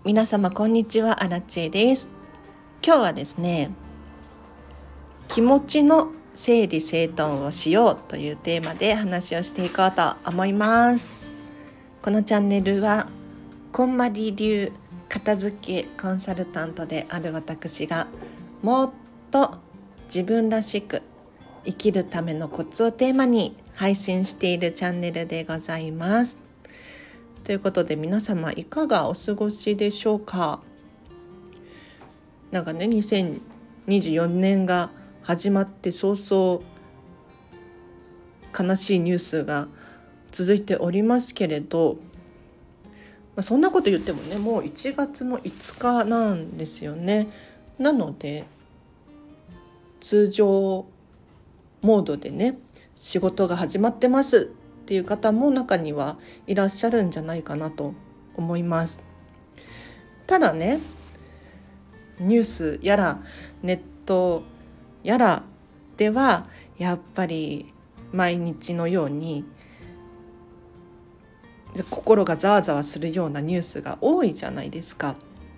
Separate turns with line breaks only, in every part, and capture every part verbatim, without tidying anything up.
皆様こんにちは、アラチェです。今日はですね、気持ちの整理整頓をしようというテーマで話をしていこうと思います。このチャンネルはこんまり流片付けコンサルタントである私がもっと自分らしく生きるためのコツをテーマに配信しているチャンネルでございます。ということで、皆様いかがお過ごしでしょうか。なんかね、にせんにじゅうよねんが始まって早々悲しいニュースが続いておりますけれど、まあ、そんなこと言ってもね、もういちがつのいつかなんですよね。なので通常モードでね、仕事が始まってますっていう方も中にはいらっしゃるんじゃないかなと思います。ただね、ニュースやらネットやらではやっぱり毎日のように心がざわざわするようなニュースが多いじゃないですか。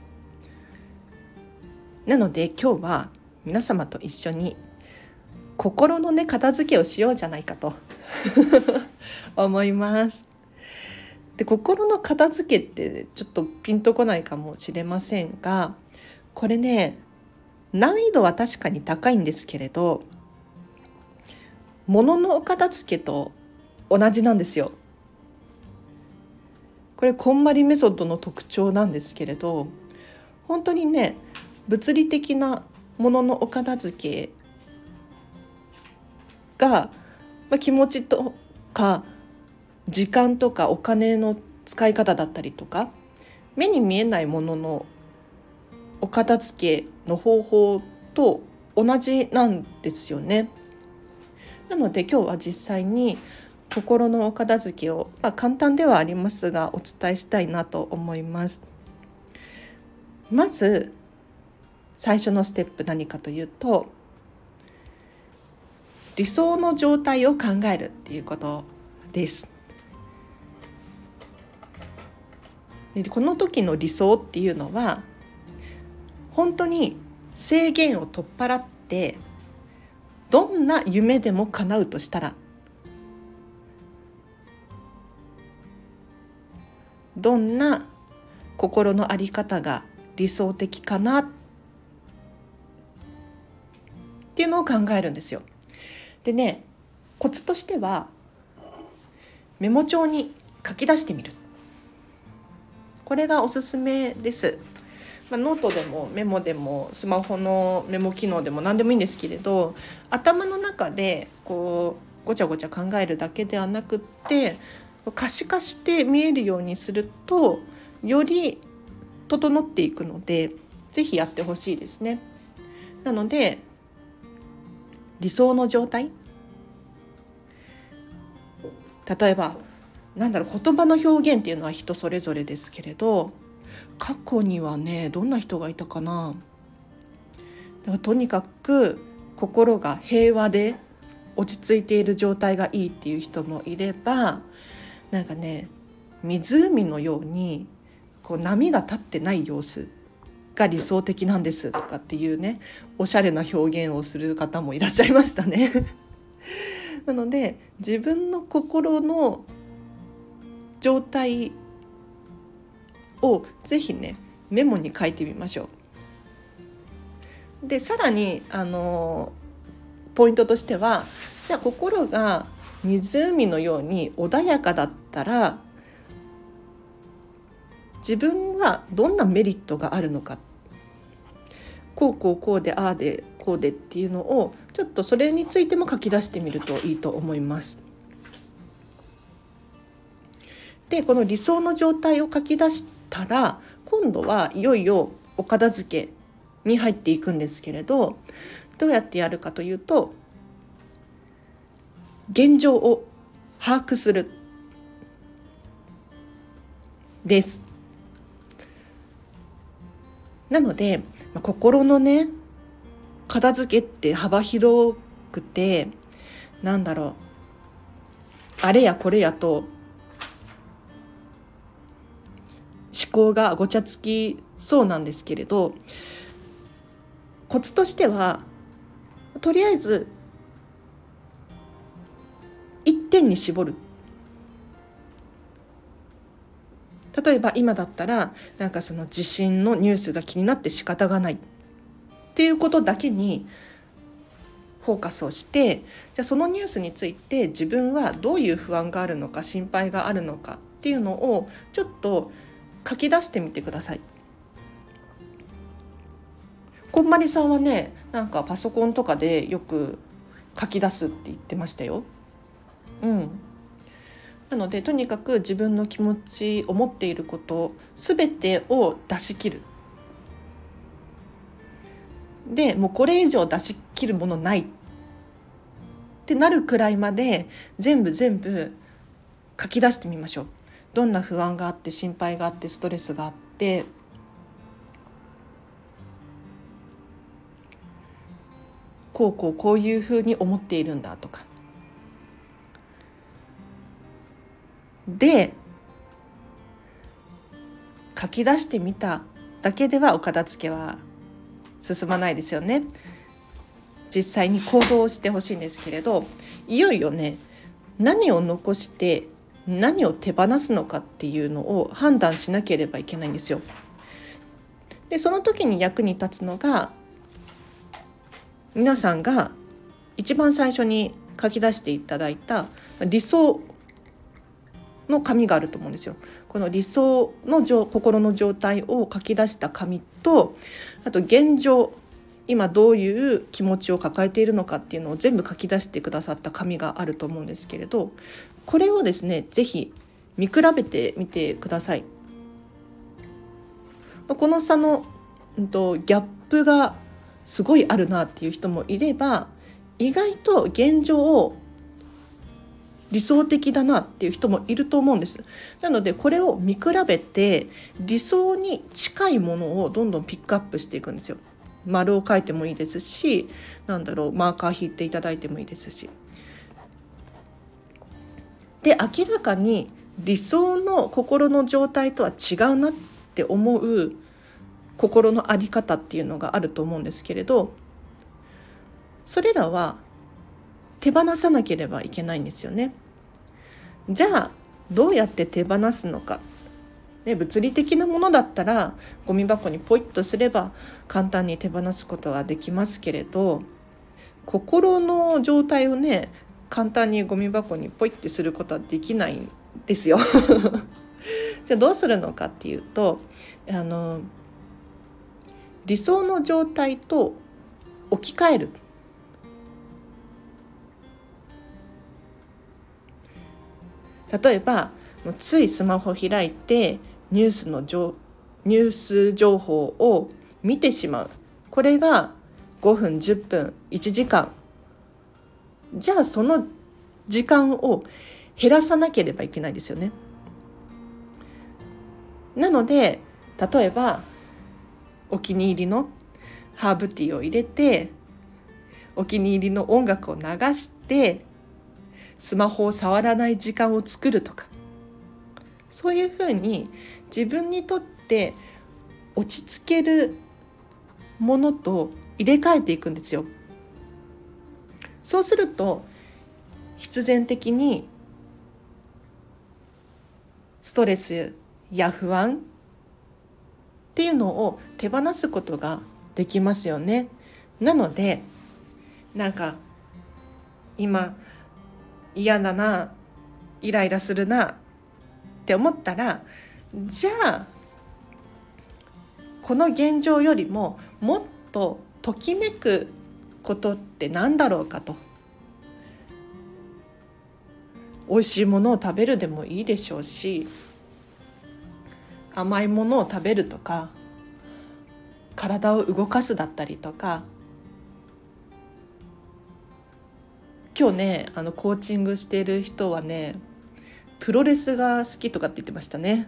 なので今日は皆様と一緒に心のね片付けをしようじゃないかと思います。で、心の片付けってちょっとピンとこないかもしれませんが、これね、難易度は確かに高いんですけれど、物のお片付けと同じなんですよ。これこんまりメソッドの特徴なんですけれど、本当にね、物理的なもののお片付けが、まあ、気持ちとか時間とかお金の使い方だったりとか、目に見えないもののお片付けの方法と同じなんですよね。なので今日は実際に心のお片付けを、まあ、簡単ではありますがお伝えしたいなと思います。まず最初のステップ、何かというと、理想の状態を考えるっていうことです。で、この時の理想っていうのは、本当に制限を取っ払ってどんな夢でも叶うとしたら、どんな心の在り方が理想的かなっていうのを考えるんですよ。でね、コツとしてはメモ帳に書き出してみる、これがおすすめです。まあ、ノートでもメモでもスマホのメモ機能でも何でもいいんですけれど、頭の中でこうごちゃごちゃ考えるだけではなくって、可視化して見えるようにするとより整っていくので、ぜひやってほしいですね。なので理想の状態、例えばなんだろう、言葉の表現っていうのは人それぞれですけれど、過去にはね、どんな人がいたかな。だからとにかく心が平和で落ち着いている状態がいいっていう人もいれば、なんかね、湖のようにこう波が立ってない様子が理想的なんですとかっていうね、おしゃれな表現をする方もいらっしゃいましたねなので自分の心の状態をぜひね、メモに書いてみましょう。で、さらにあのポイントとしては、じゃあ心が湖のように穏やかだったら、自分はどんなメリットがあるのか、こうこうこうでああでこうでっていうのをちょっとそれについても書き出してみるといいと思います。で、この理想の状態を書き出したら、今度はいよいよお片付けに入っていくんですけれど、どうやってやるかというと、現状を把握するです。なので心のね片付けって幅広くて、なんだろう、あれやこれやと考がごちゃつきそうなんですけれど、コツとしてはとりあえず一点に絞る。例えば今だったらなんかその地震のニュースが気になって仕方がないっていうことだけにフォーカスをして、じゃあそのニュースについて自分はどういう不安があるのか心配があるのかっていうのをちょっと書き出してみてください。こんまりさんはね、なんかパソコンとかでよく書き出すって言ってましたよ。うん。なのでとにかく自分の気持ち思っていることすべてを出し切る。でもうこれ以上出し切るものないってなるくらいまで全部全部書き出してみましょう。どんな不安があって心配があってストレスがあって、こうこうこういうふうに思っているんだとかで、書き出してみただけではお片付けは進まないですよね。実際に行動してほしいんですけれど、いよいよね、何を残して何を手放すのかっていうのを判断しなければいけないんですよ。でその時に役に立つのが、皆さんが一番最初に書き出していただいた理想の紙があると思うんですよ。この理想の心の状態を書き出した紙と、あと現状今どういう気持ちを抱えているのかっていうのを全部書き出してくださった紙があると思うんですけれど、これをですねぜひ見比べてみてください。この差の、うん、とギャップがすごいあるなっていう人もいれば、意外と現状を理想的だなっていう人もいると思うんです。なのでこれを見比べて理想に近いものをどんどんピックアップしていくんですよ。丸を書いてもいいですし、なんだろうマーカー引いていただいてもいいですし、で明らかに理想の心の状態とは違うなって思う心の在り方っていうのがあると思うんですけれど、それらは手放さなければいけないんですよね。じゃあどうやって手放すのか、ね、物理的なものだったらゴミ箱にポイッとすれば簡単に手放すことができますけれど、心の状態をね簡単にゴミ箱にポイッてすることはできないんですよじゃあどうするのかっていうと、あの理想の状態と置き換える。例えばついスマホ開いてニュースの情ニュース情報を見てしまう。これがごふんじゅっぷんいちじかん。じゃあその時間を減らさなければいけないですよね。なので例えばお気に入りのハーブティーを入れて、お気に入りの音楽を流してスマホを触らない時間を作るとか、そういうふうに自分にとって落ち着けるものと入れ替えていくんですよ。そうすると必然的にストレスや不安っていうのを手放すことができますよね。なのでなんか今嫌だな、イライラするなって思ったら、じゃあこの現状よりももっとときめくことって何だろうかと。美味しいものを食べるでもいいでしょうし、甘いものを食べるとか、体を動かすだったりとか、今日ねあのコーチングしている人はねプロレスが好きとかって言ってましたね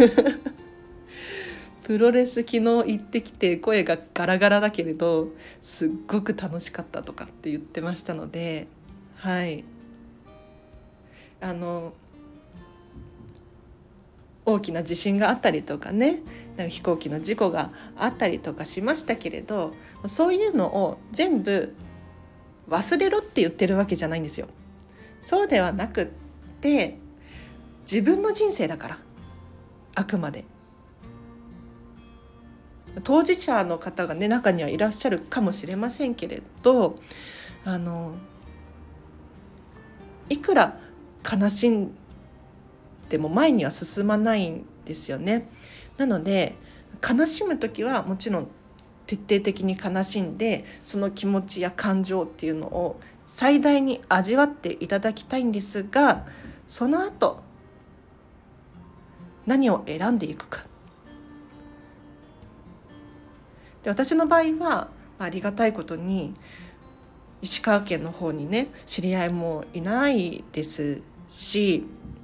プロレス昨日行ってきて声がガラガラだけれどすっごく楽しかったとかって言ってましたので、はい、あの大きな地震があったりとかね、なんか飛行機の事故があったりとかしましたけれど、そういうのを全部忘れろって言ってるわけじゃないんですよ。そうではなくって、自分の人生だから、あくまで当事者の方がね、中にはいらっしゃるかもしれませんけれど、あのいくら悲しんでも前には進まないんですよね。なので悲しむ時はもちろん徹底的に悲しんで、その気持ちや感情っていうのを最大に味わっていただきたいんですが、その後何を選んでいくか。で、私の場合はありがたいことに石川県の方にね、知り合いもいないですし、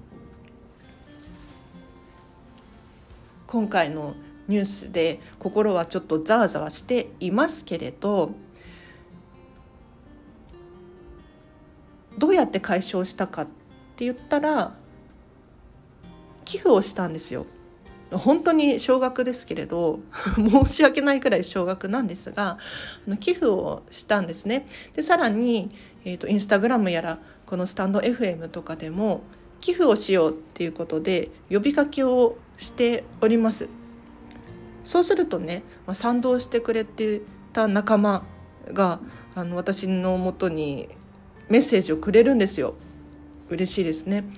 今回のニュースで心はちょっとざわざわしていますけれど、どうやって解消したかって言ったら、寄付をしたんですよ。本当に少額ですけれど申し訳ないくらい少額なんですが、あの寄付をしたんですね。でさらに、えーと、インスタグラムやらこのスタンド エフエム とかでも寄付をしようっていうことで呼びかけをしております。そうするとね、まあ、賛同してくれてた仲間があの私のもとにメッセージをくれるんですよ。嬉しいですね。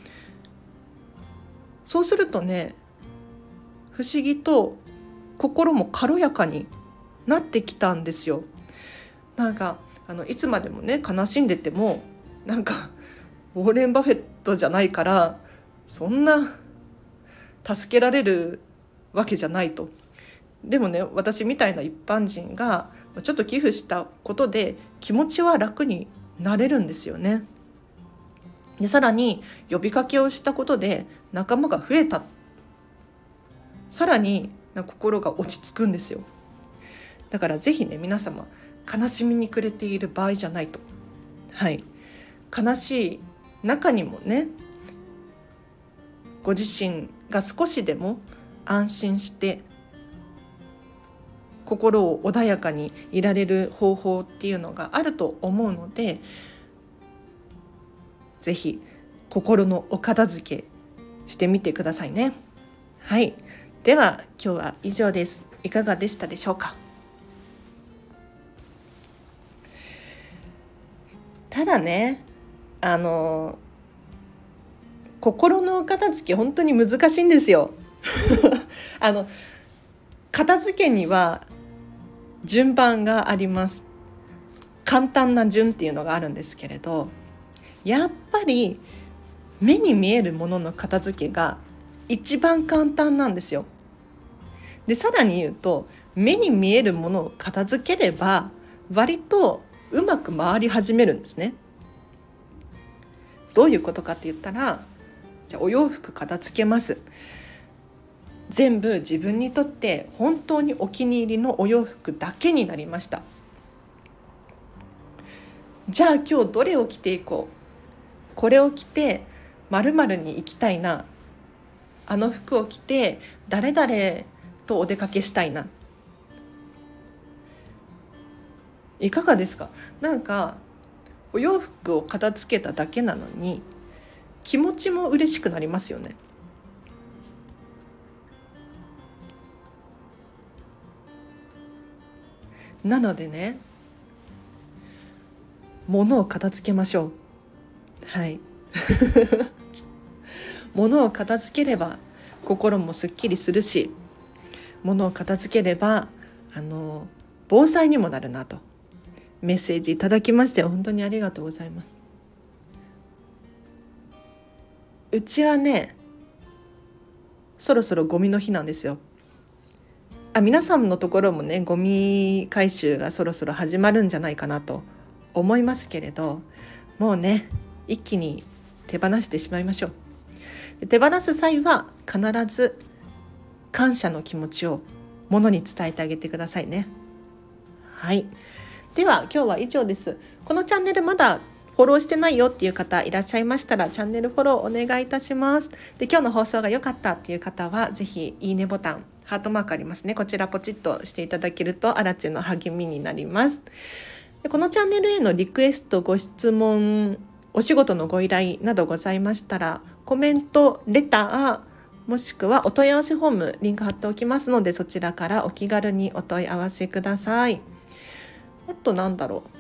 そうするとね、不思議と心も軽やかになってきたんですよ。なんかあのいつまでもね悲しんでても、なんかウォーレン・バフェットじゃないからそんな助けられるわけじゃないと。でもね、私みたいな一般人がちょっと寄付したことで気持ちは楽になれるんですよね。でさらに呼びかけをしたことで仲間が増えた。さらに心が落ち着くんですよ。だからぜひね、皆様悲しみに暮れている場合じゃないと。はい、悲しい中にもね、ご自身が少しでも安心して心を穏やかにいられる方法っていうのがあると思うので、ぜひ心のお片付けしてみてくださいね。はい、では今日は以上です。いかがでしたでしょうか。ただね、あの心の片付け本当に難しいんですよあの片付けには順番があります。簡単な順っていうのがあるんですけれど、やっぱり目に見えるものの片付けが一番簡単なんですよ。でさらに言うと、目に見えるものを片付ければ割とうまく回り始めるんですね。どういうことかって言ったら、じゃあお洋服片付けます。全部自分にとって本当にお気に入りのお洋服だけになりました。じゃあ今日どれを着ていこう、これを着て〇〇に行きたいな、あの服を着て誰々とお出かけしたいな。いかがですか。なんかお洋服を片付けただけなのに気持ちも嬉しくなりますよね。なのでね、物を片付けましょう。はい物を片付ければ心もすっきりするし、物を片付ければあの防災にもなるなとメッセージいただきまして本当にありがとうございます。うちはね、そろそろゴミの日なんですよ。あ、皆さんのところもね、ゴミ回収がそろそろ始まるんじゃないかなと思いますけれど、もうね、一気に手放してしまいましょう。手放す際は必ず感謝の気持ちを物に伝えてあげてくださいね。はい、では今日は以上です。このチャンネルまだフォローしてないよっていう方いらっしゃいましたらチャンネルフォローお願いいたします。で、今日の放送が良かったっていう方はぜひいいねボタン、ハートマークありますね、こちらポチッとしていただけるとあらちの励みになります。で、このチャンネルへのリクエスト、ご質問、お仕事のご依頼などございましたらコメント、レター、もしくはお問い合わせフォームリンク貼っておきますので、そちらからお気軽にお問い合わせください。あとなんだろ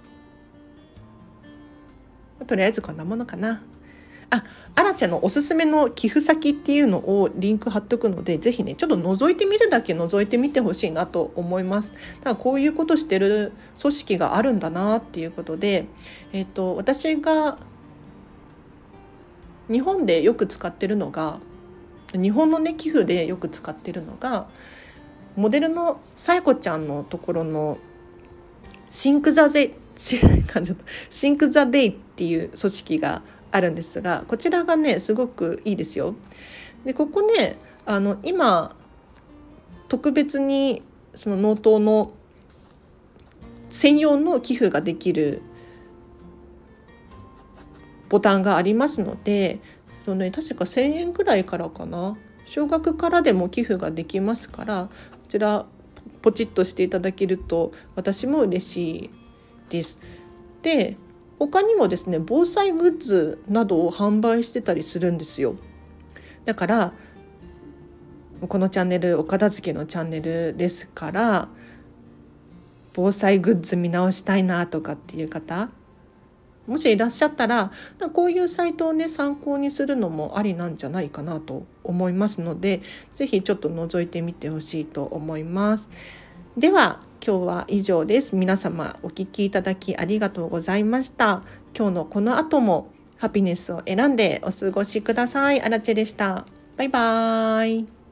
う、とりあえずこんなものかな。あ、アラチェのおすすめの寄付先っていうのをリンク貼っとくので、ぜひねちょっと覗いてみるだけ覗いてみてほしいなと思います。だからこういうことしてる組織があるんだなっていうことで、えっと私が日本でよく使ってるのが、日本のね寄付でよく使ってるのが、モデルのさやこちゃんのところのシンクザゼシンクザデイっていう組織があるんですが、こちらがねすごくいいですよ。で、ここね、あの今特別にその納刀の専用の寄付ができるボタンがありますので、その、ね、確かせんえんくらいからかな、少額からでも寄付ができますから、こちらポチッとしていただけると私も嬉しいです。で、他にもですね、防災グッズなどを販売してたりするんですよ。だからこのチャンネルお片付けのチャンネルですから、防災グッズ見直したいなとかっていう方もしいらっしゃったら、こういうサイトをね参考にするのもありなんじゃないかなと思いますので、ぜひちょっと覗いてみてほしいと思います。では今日は以上です。皆様お聞きいただきありがとうございました。今日のこの後もハピネスを選んでお過ごしください。あらちでした。バイバーイ。